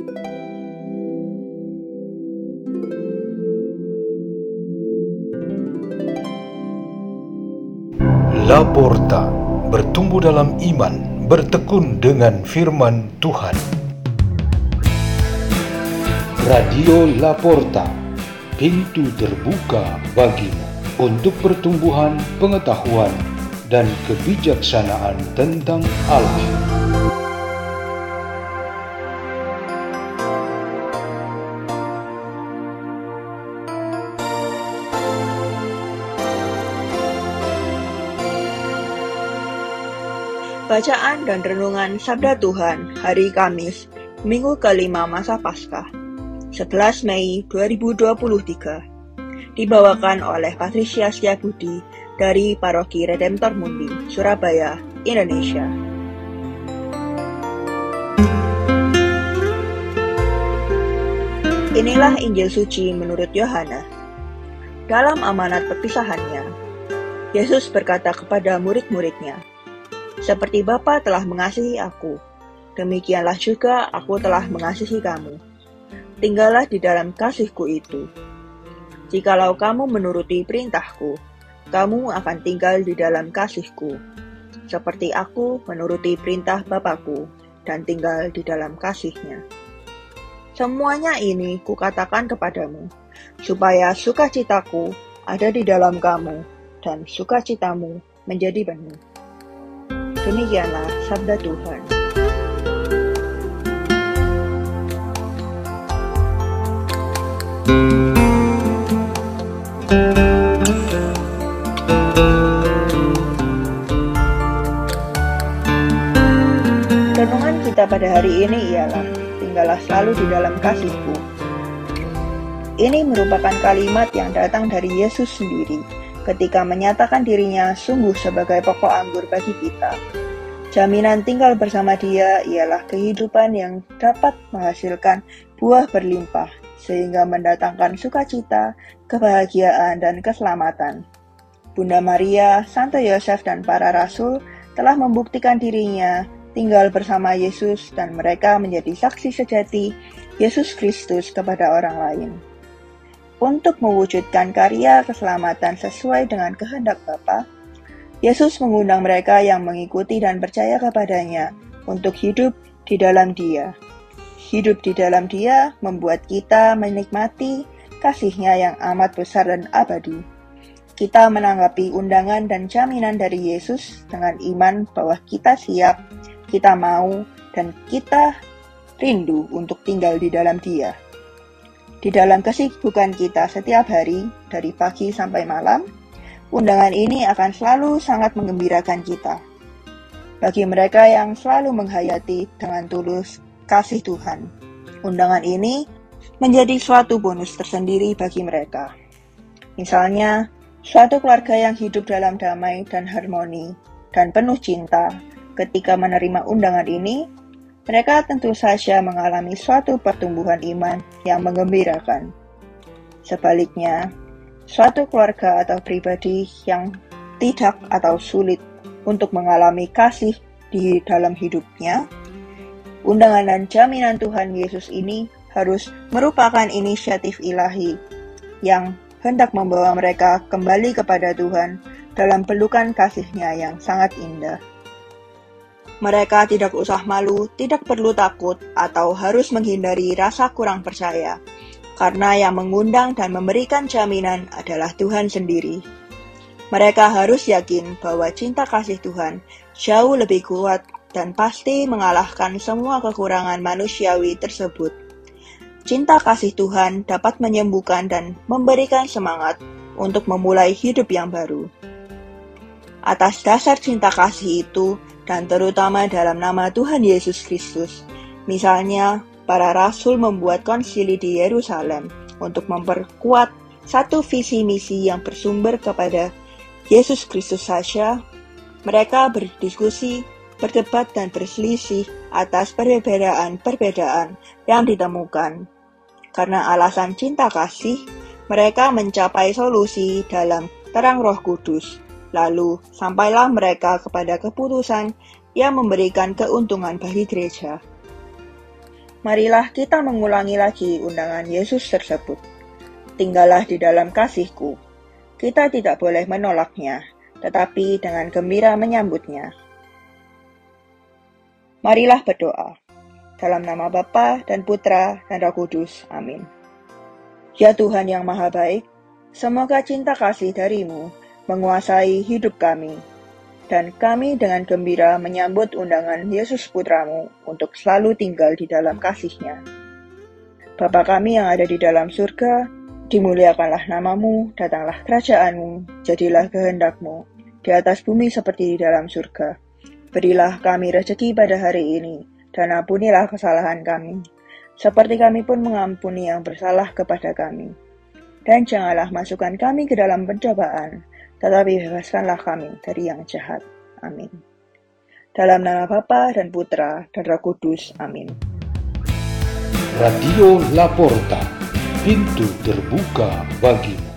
Laporta, bertumbuh dalam iman, bertekun dengan firman Tuhan. Radio Laporta, pintu terbuka bagimu untuk pertumbuhan pengetahuan dan kebijaksanaan tentang Allah. Bacaan dan renungan Sabda Tuhan hari Kamis, Minggu kelima masa Paskah, 11 Mei 2023, dibawakan oleh Patricia Setiabudi dari Paroki Redemptor Mundi, Surabaya, Indonesia. Inilah Injil Suci menurut Yohanes. Dalam amanat perpisahannya, Yesus berkata kepada murid-muridnya, "Seperti Bapa telah mengasihi aku, demikianlah juga aku telah mengasihi kamu. Tinggallah di dalam kasih-Ku itu. Jikalau kamu menuruti perintah-Ku, kamu akan tinggal di dalam kasih-Ku, seperti aku menuruti perintah Bapa-Ku dan tinggal di dalam kasih-Nya. Semuanya ini Kukatakan kepadamu, supaya sukacita-Ku ada di dalam kamu dan sukacitamu menjadi penuh." Demikianlah sabda Tuhan. Renungan kita pada hari ini ialah, tinggallah selalu di dalam kasih-Ku. Ini merupakan kalimat yang datang dari Yesus sendiri, ketika menyatakan dirinya sungguh sebagai pokok anggur bagi kita. Jaminan tinggal bersama Dia ialah kehidupan yang dapat menghasilkan buah berlimpah, sehingga mendatangkan sukacita, kebahagiaan, dan keselamatan. Bunda Maria, Santo Yosef, dan para rasul telah membuktikan dirinya tinggal bersama Yesus, dan mereka menjadi saksi sejati Yesus Kristus kepada orang lain. Untuk mewujudkan karya keselamatan sesuai dengan kehendak Bapa, Yesus mengundang mereka yang mengikuti dan percaya kepadanya untuk hidup di dalam Dia. Hidup di dalam Dia membuat kita menikmati kasih-Nya yang amat besar dan abadi. Kita menanggapi undangan dan jaminan dari Yesus dengan iman bahwa kita siap, kita mau, dan kita rindu untuk tinggal di dalam Dia. Di dalam kesibukan kita setiap hari, dari pagi sampai malam, undangan ini akan selalu sangat menggembirakan kita. Bagi mereka yang selalu menghayati dengan tulus kasih Tuhan, undangan ini menjadi suatu bonus tersendiri bagi mereka. Misalnya, suatu keluarga yang hidup dalam damai dan harmoni dan penuh cinta, ketika menerima undangan ini, mereka tentu saja mengalami suatu pertumbuhan iman yang menggembirakan. Sebaliknya, suatu keluarga atau pribadi yang tidak atau sulit untuk mengalami kasih di dalam hidupnya, undangan dan jaminan Tuhan Yesus ini harus merupakan inisiatif ilahi yang hendak membawa mereka kembali kepada Tuhan dalam pelukan kasih-Nya yang sangat indah. Mereka tidak usah malu, tidak perlu takut, atau harus menghindari rasa kurang percaya, karena yang mengundang dan memberikan jaminan adalah Tuhan sendiri. Mereka harus yakin bahwa cinta kasih Tuhan jauh lebih kuat dan pasti mengalahkan semua kekurangan manusiawi tersebut. Cinta kasih Tuhan dapat menyembuhkan dan memberikan semangat untuk memulai hidup yang baru. Atas dasar cinta kasih itu, dan terutama dalam nama Tuhan Yesus Kristus, misalnya para rasul membuat konsili di Yerusalem untuk memperkuat satu visi misi yang bersumber kepada Yesus Kristus saja. Mereka berdiskusi, berdebat, dan berselisih atas perbedaan-perbedaan yang ditemukan. Karena alasan cinta kasih, mereka mencapai solusi dalam terang Roh Kudus. Lalu, sampailah mereka kepada keputusan yang memberikan keuntungan bagi gereja. Marilah kita mengulangi lagi undangan Yesus tersebut. Tinggallah di dalam kasih-Ku. Kita tidak boleh menolaknya, tetapi dengan gembira menyambutnya. Marilah berdoa. Dalam nama Bapa dan Putra dan Roh Kudus. Amin. Ya Tuhan yang Maha Baik, semoga cinta kasih dari-Mu menguasai hidup kami, dan kami dengan gembira menyambut undangan Yesus Putra-Mu untuk selalu tinggal di dalam kasih-Nya. Bapa kami yang ada di dalam surga, dimuliakanlah nama-Mu, datanglah kerajaan-Mu, jadilah kehendak-Mu, di atas bumi seperti di dalam surga. Berilah kami rezeki pada hari ini, dan ampunilah kesalahan kami, seperti kami pun mengampuni yang bersalah kepada kami. Dan janganlah masukkan kami ke dalam pencobaan, tetapi bebaskanlah kami dari yang jahat. Amin. Dalam nama Bapa dan Putra dan Roh Kudus. Amin. Radio Laporta, pintu terbuka bagimu.